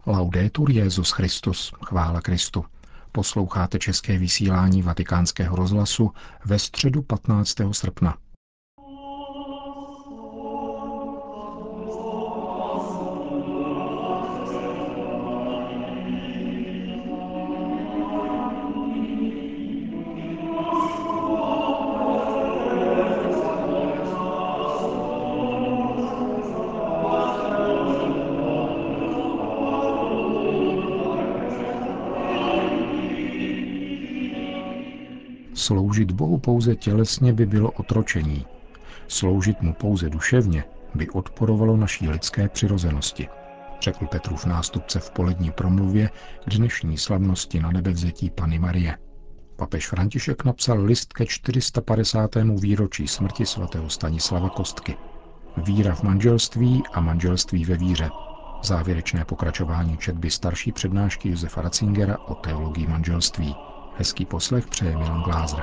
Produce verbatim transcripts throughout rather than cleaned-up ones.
Laudetur Jesus Christus, chvála Kristu. Posloucháte české vysílání Vatikánského rozhlasu ve středu patnáctého srpna. Sloužit Bohu pouze tělesně by bylo otročení. Sloužit mu pouze duševně by odporovalo naší lidské přirozenosti, řekl Petrův nástupce v polední promluvě k dnešní slavnosti Nanebevzetí Panny Marie. Papež František napsal list ke čtyři sta padesátému výročí smrti svatého Stanislava Kostky. Víra v manželství a manželství ve víře. Závěrečné pokračování četby starší přednášky Josefa Ratzingera o teologii manželství. Hezký poslech přeje Milan Glázer.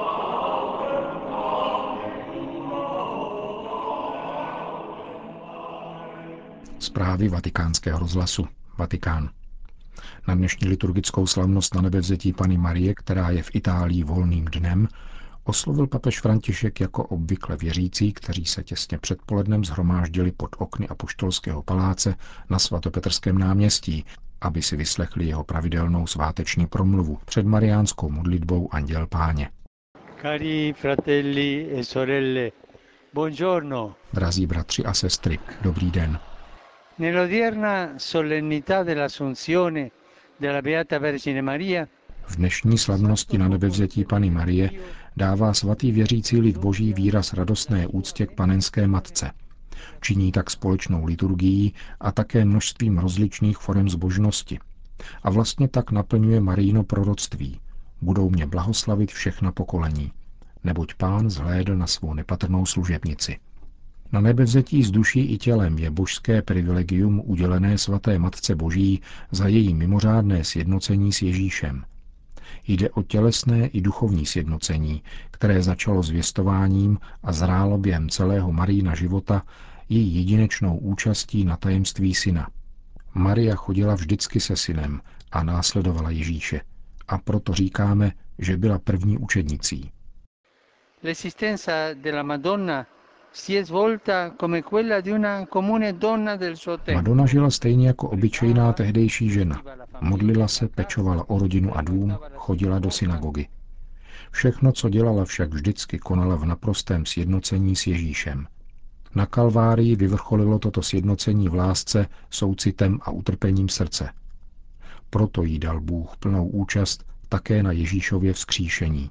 Zprávy Vatikánského rozhlasu. Vatikán. Na dnešní liturgickou slavnost Nanebevzetí Panny Marie, která je v Itálii volným dnem, oslovil papež František jako obvykle věřící, kteří se těsně před polednem shromáždili pod okny apoštolského paláce na svatopetrském náměstí, aby si vyslechli jeho pravidelnou sváteční promluvu před mariánskou modlitbou Anděl Páně. Cari fratelli e sorelle, buongiorno. Drazí bratři a sestry, dobrý den. Nell'odierna solennità dell'Assunzione della Beata Vergine Maria, v dnešní slavnosti Nanebevzetí Panny Marie dává svatý věřící lid Boží výraz radostné úctě k panenské matce. Činí tak společnou liturgií a také množstvím rozličných forem zbožnosti. A vlastně tak naplňuje Marijino proroctví. Budou mě blahoslavit všechna pokolení, neboť Pán zhlédl na svou nepatrnou služebnici. Nanebevzetí s duší i tělem je božské privilegium udělené svaté Matce Boží za její mimořádné sjednocení s Ježíšem. Jde o tělesné i duchovní sjednocení, které začalo zvěstováním a zrálo během celého Marijina života její jedinečnou účastí na tajemství syna. Maria chodila vždycky se synem a následovala Ježíše. A proto říkáme, že byla první učednicí. L'esistenza della Madonna si è svolta come quella di una comune donna del suo tempo. Madonna žila stejně jako obyčejná tehdejší žena. Modlila se, pečovala o rodinu a dům, chodila do synagogy. Všechno, co dělala, však vždycky konala v naprostém sjednocení s Ježíšem. Na Kalvárii vyvrcholilo toto sjednocení v lásce, soucitem a utrpením srdce. Proto jí dal Bůh plnou účast také na Ježíšově vzkříšení.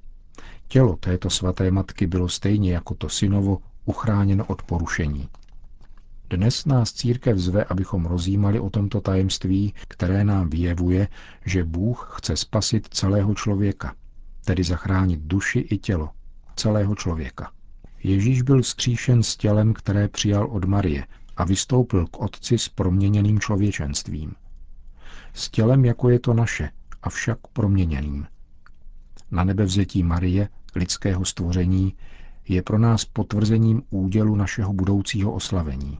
Tělo této svaté matky bylo stejně jako to synovo uchráněno od porušení. Dnes nás církev zve, abychom rozjímali o tomto tajemství, které nám vyjevuje, že Bůh chce spasit celého člověka, tedy zachránit duši i tělo celého člověka. Ježíš byl vzkříšen s tělem, které přijal od Marie a vystoupil k Otci s proměněným člověčenstvím. S tělem, jako je to naše, avšak proměněným. Nanebevzetí Marie, lidského stvoření, je pro nás potvrzením údělu našeho budoucího oslavení.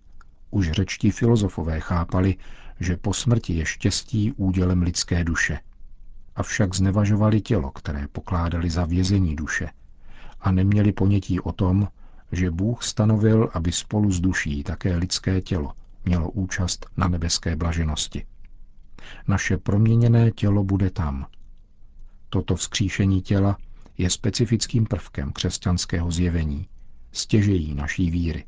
Už řečtí filozofové chápali, že po smrti je štěstí údělem lidské duše. Avšak znevažovali tělo, které pokládali za vězení duše, a neměli ponětí o tom, že Bůh stanovil, aby spolu s duší také lidské tělo mělo účast na nebeské blaženosti. Naše proměněné tělo bude tam. Toto vzkříšení těla je specifickým prvkem křesťanského zjevení, stěžejí naší víry.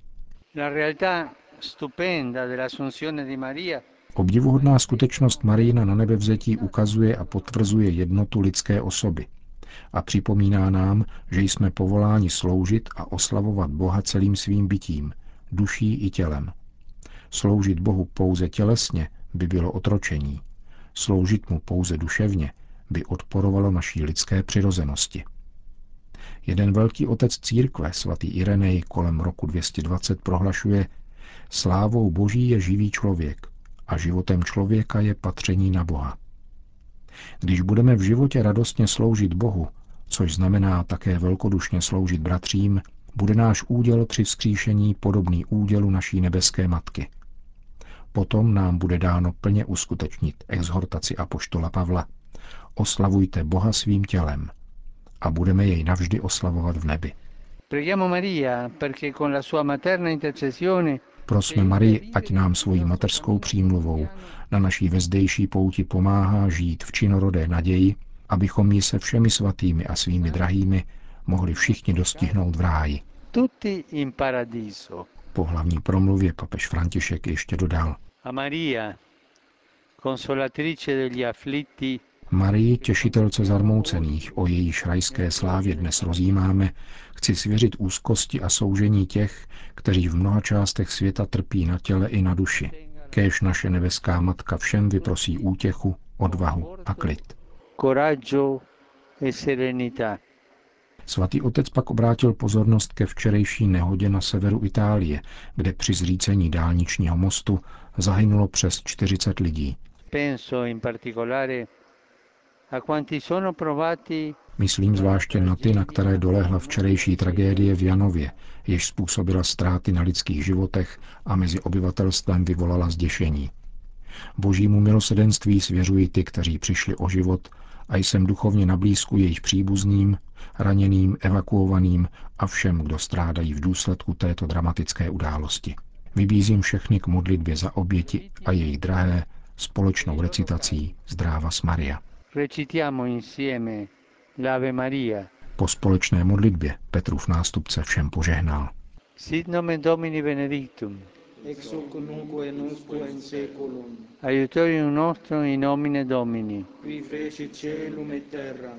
Obdivuhodná skutečnost Marijina Nanebevzetí ukazuje a potvrzuje jednotu lidské osoby a připomíná nám, že jsme povoláni sloužit a oslavovat Boha celým svým bytím, duší i tělem. Sloužit Bohu pouze tělesně by bylo otročení. Sloužit mu pouze duševně by odporovalo naší lidské přirozenosti. Jeden velký otec církve, svatý Irenej, kolem roku dvě stě dvacet prohlašuje: slávou Boží je živý člověk a životem člověka je patření na Boha. Když budeme v životě radostně sloužit Bohu, což znamená také velkodušně sloužit bratřím, bude náš úděl při vzkříšení podobný údělu naší nebeské matky. Potom nám bude dáno plně uskutečnit exhortaci apoštola Pavla. Oslavujte Boha svým tělem a budeme jej navždy oslavovat v nebi. Prosme Marii, ať nám svojí mateřskou přímluvou na naší vezdejší pouti pomáhá žít v činorodé naději, abychom ji se všemi svatými a svými drahými mohli všichni dostihnout v ráji. Po hlavní promluvě papež František ještě dodal: Marii, těšitelce zarmoucených, o jejíž rajské slávě dnes rozjímáme, chci svěřit úzkosti a soužení těch, kteří v mnoha částech světa trpí na těle i na duši. Kéž naše nebeská matka všem vyprosí útěchu, odvahu a klid. Svatý otec pak obrátil pozornost ke včerejší nehodě na severu Itálie, kde při zřícení dálničního mostu zahynulo přes čtyřicet lidí. Myslím zvláště na ty, na které dolehla včerejší tragédie v Janově, jež způsobila ztráty na lidských životech a mezi obyvatelstvem vyvolala zděšení. Božímu milosedenství svěřuji ty, kteří přišli o život, a jsem duchovně na blízku jejich příbuzným, raněným, evakuovaným a všem, kdo strádají v důsledku této dramatické události. Vybízím všechny k modlitbě za oběti a jejich drahé společnou recitací Zdravas Maria. Po společné modlitbě Petrův nástupce všem požehnal. Sit nomen Domini benedictum. Ex hoc nunc et usque in saeculum. Aiutorium nostrum in nomine Domini. Qui fecit caelum et terram.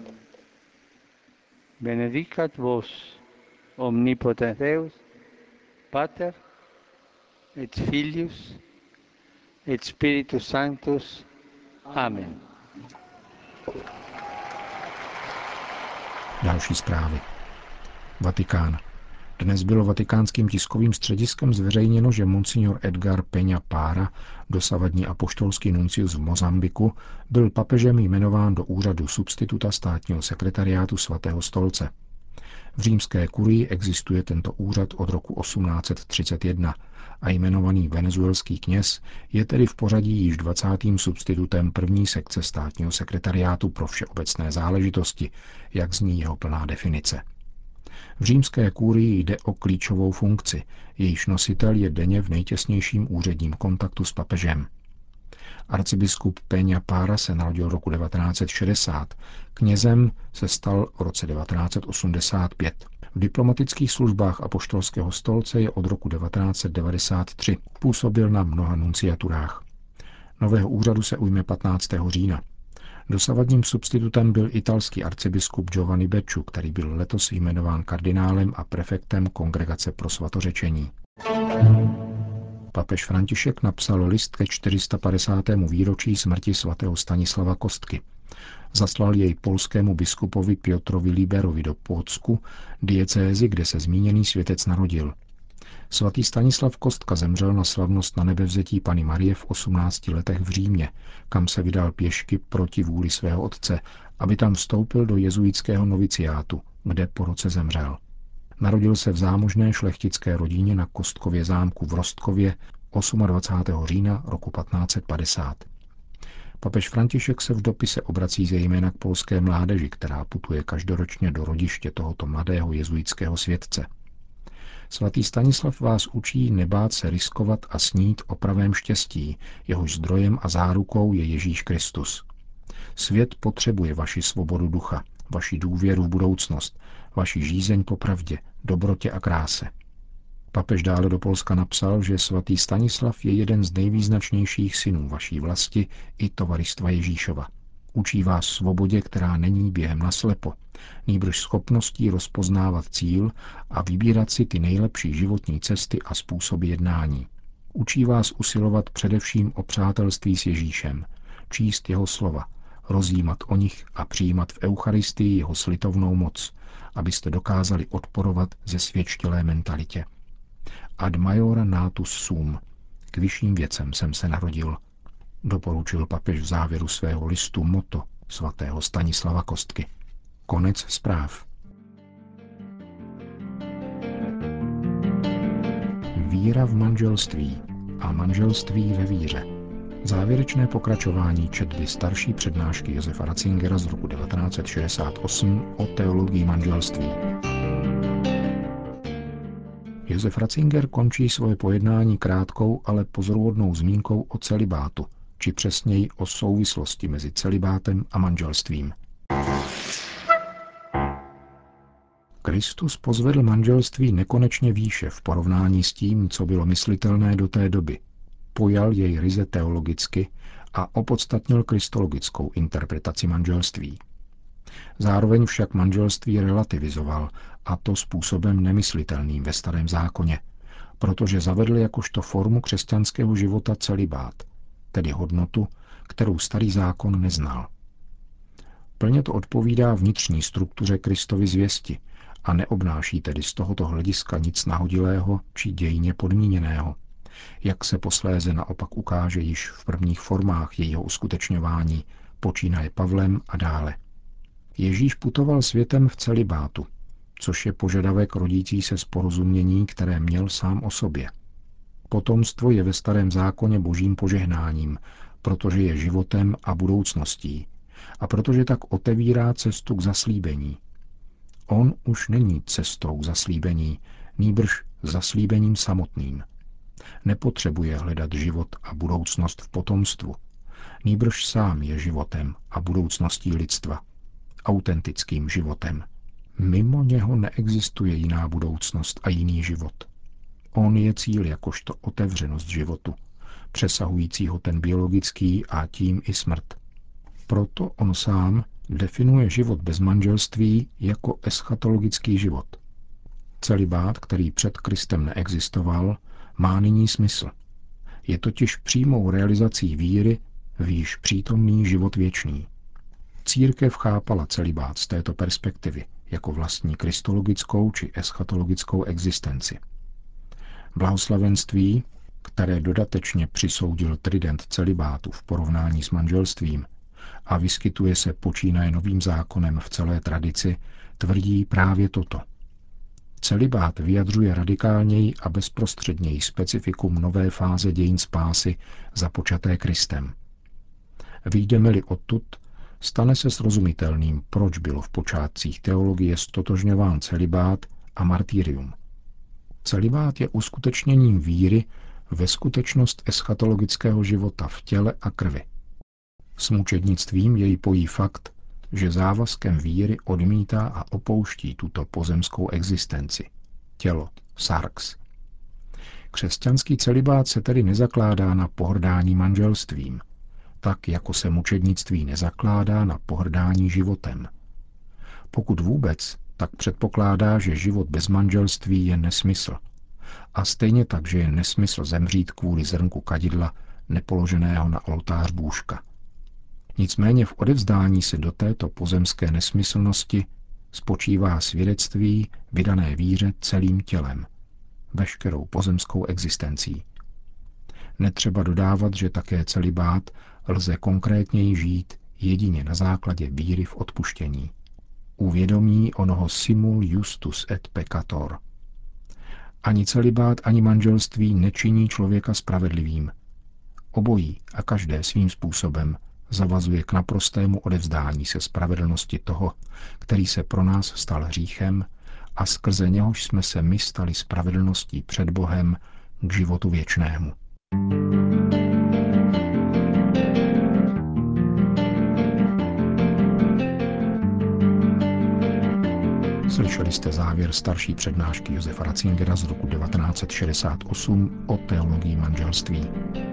Benedicat vos, omnipotens Deus, Pater, et Filius, et Spiritus Sanctus. Amen. Další zprávy. Vatikán. Dnes bylo vatikánským tiskovým střediskem zveřejněno, že monsignor Edgar Peña Pára, dosavadní apoštolský nuncius v Mozambiku, byl papežem jmenován do úřadu substituta státního sekretariátu Svatého stolce. V římské kurii existuje tento úřad od roku osmnáct set třicet jedna a jmenovaný venezuelský kněz je tedy v pořadí již dvacátým substitutem první sekce státního sekretariátu pro všeobecné záležitosti, jak zní jeho plná definice. V římské kurii jde o klíčovou funkci, jejíž nositel je denně v nejtěsnějším úředním kontaktu s papežem. Arcibiskup Peña Pára se narodil roku devatenáct set šedesát, knězem se stal v roce devatenáct set osmdesát pět. V diplomatických službách apoštolského stolce je od roku devatenáct set devadesát tři. Působil na mnoha nunciaturách. Nového úřadu se ujme patnáctého října. Dosavadním substitutem byl italský arcibiskup Giovanni Becciu, který byl letos jmenován kardinálem a prefektem Kongregace pro svatořečení. Papež František napsal list ke čtyři sta padesátému výročí smrti svatého Stanislava Kostky. Zaslal jej polskému biskupovi Piotrovi Liberovi do Płocku, diecézy, kde se zmíněný světec narodil. Svatý Stanislav Kostka zemřel na slavnost Nanebevzetí Panny Marie v osmnácti letech v Římě, kam se vydal pěšky proti vůli svého otce, aby tam vstoupil do jezuitského noviciátu, kde po roce zemřel. Narodil se v zámožné šlechtické rodině na Kostkově zámku v Rostkově dvacátého osmého října roku patnáct set padesát. Papež František se v dopise obrací zejména k polské mládeži, která putuje každoročně do rodiště tohoto mladého jezuitského světce. Svatý Stanislav vás učí nebát se riskovat a snít o pravém štěstí, jehož zdrojem a zárukou je Ježíš Kristus. Svět potřebuje vaši svobodu ducha, vaši důvěru v budoucnost, vaši žízeň po pravdě, dobrotě a kráse. Papež dále do Polska napsal, že svatý Stanislav je jeden z nejvýznačnějších synů vaší vlasti i tovaristva Ježíšova. Učí vás svobodě, která není během naslepo, nýbrž schopností rozpoznávat cíl a vybírat si ty nejlepší životní cesty a způsoby jednání. Učí vás usilovat především o přátelství s Ježíšem, číst jeho slova, rozjímat o nich a přijímat v Eucharistii jeho slitovnou moc, abyste dokázali odporovat zesvědčilé mentalitě. Ad maiora natus sum, k vyšším věcem jsem se narodil, doporučil papež v závěru svého listu motto svatého Stanislava Kostky. Konec zpráv. Víra v manželství a manželství ve víře. Závěrečné pokračování četby starší přednášky Josefa Ratzingera z roku devatenáct set šedesát osm o teologii manželství. Josef Ratzinger končí svoje pojednání krátkou, ale pozoruhodnou zmínkou o celibátu, či přesněji o souvislosti mezi celibátem a manželstvím. Kristus pozvedl manželství nekonečně výše v porovnání s tím, co bylo myslitelné do té doby. Pojal jej ryze teologicky a opodstatnil kristologickou interpretaci manželství. Zároveň však manželství relativizoval, a to způsobem nemyslitelným ve Starém zákoně, protože zavedl jakožto formu křesťanského života celibát, tedy hodnotu, kterou Starý zákon neznal. Plně to odpovídá vnitřní struktuře Kristovy zvěsti a neobnáší tedy z tohoto hlediska nic nahodilého či dějně podmíněného, jak se posléze naopak ukáže již v prvních formách jejího uskutečňování, počínaje Pavlem a dále. Ježíš putoval světem v celibátu, což je požadavek rodící se z porozumění, které měl sám o sobě. Potomstvo je ve Starém zákoně božím požehnáním, protože je životem a budoucností a protože tak otevírá cestu k zaslíbení. On už není cestou k zaslíbení, nýbrž zaslíbením samotným. Nepotřebuje hledat život a budoucnost v potomstvu, nýbrž sám je životem a budoucností lidstva, autentickým životem. Mimo něho neexistuje jiná budoucnost a jiný život. On je cíl jakožto otevřenost životu, přesahujícího ten biologický a tím i smrt. Proto on sám definuje život bez manželství jako eschatologický život. Celibát, který před Kristem neexistoval, má nyní smysl. Je totiž přímou realizací víry v již přítomný život věčný. Církev chápala celibát z této perspektivy jako vlastní kristologickou či eschatologickou existenci. Blahoslavenství, které dodatečně přisoudil trident celibátu v porovnání s manželstvím a vyskytuje se počínaje Novým zákonem v celé tradici, tvrdí právě toto. Celibát vyjadřuje radikálněji a bezprostředněji specifikum nové fáze dějin spásy započaté Kristem. Vyjdeme-li odtud, stane se srozumitelným, proč bylo v počátcích teologie stotožňován celibát a martyrium. Celibát je uskutečněním víry ve skutečnost eschatologického života v těle a krvi. S mučednictvím jej pojí fakt, že závazkem víry odmítá a opouští tuto pozemskou existenci. Tělo, sarx. Křesťanský celibát se tedy nezakládá na pohrdání manželstvím, tak jako se mučednictví nezakládá na pohrdání životem. Pokud vůbec, tak předpokládá, že život bez manželství je nesmysl. A stejně tak, že je nesmysl zemřít kvůli zrnku kadidla nepoloženého na oltář bůžka. Nicméně v odevzdání se do této pozemské nesmyslnosti spočívá svědectví vydané víře celým tělem, veškerou pozemskou existencí. Netřeba dodávat, že také celibát lze konkrétněji žít jedině na základě víry v odpuštění. Uvědomí onoho simul justus et peccator. Ani celibát, ani manželství nečiní člověka spravedlivým. Obojí a každé svým způsobem zavazuje k naprostému odevzdání se spravedlnosti toho, který se pro nás stal hříchem a skrze něhož jsme se my stali spravedlností před Bohem k životu věčnému. Slyšeli jste závěr starší přednášky Josefa Ratzingera z roku devatenáct set šedesát osm o teologii manželství.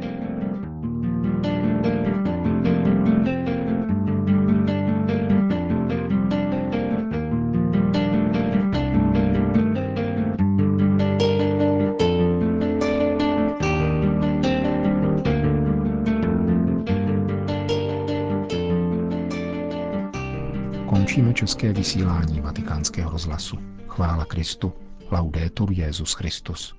Končíme české vysílání Vatikánského rozhlasu. Chvála Kristu. Laudetur Jesus Christus.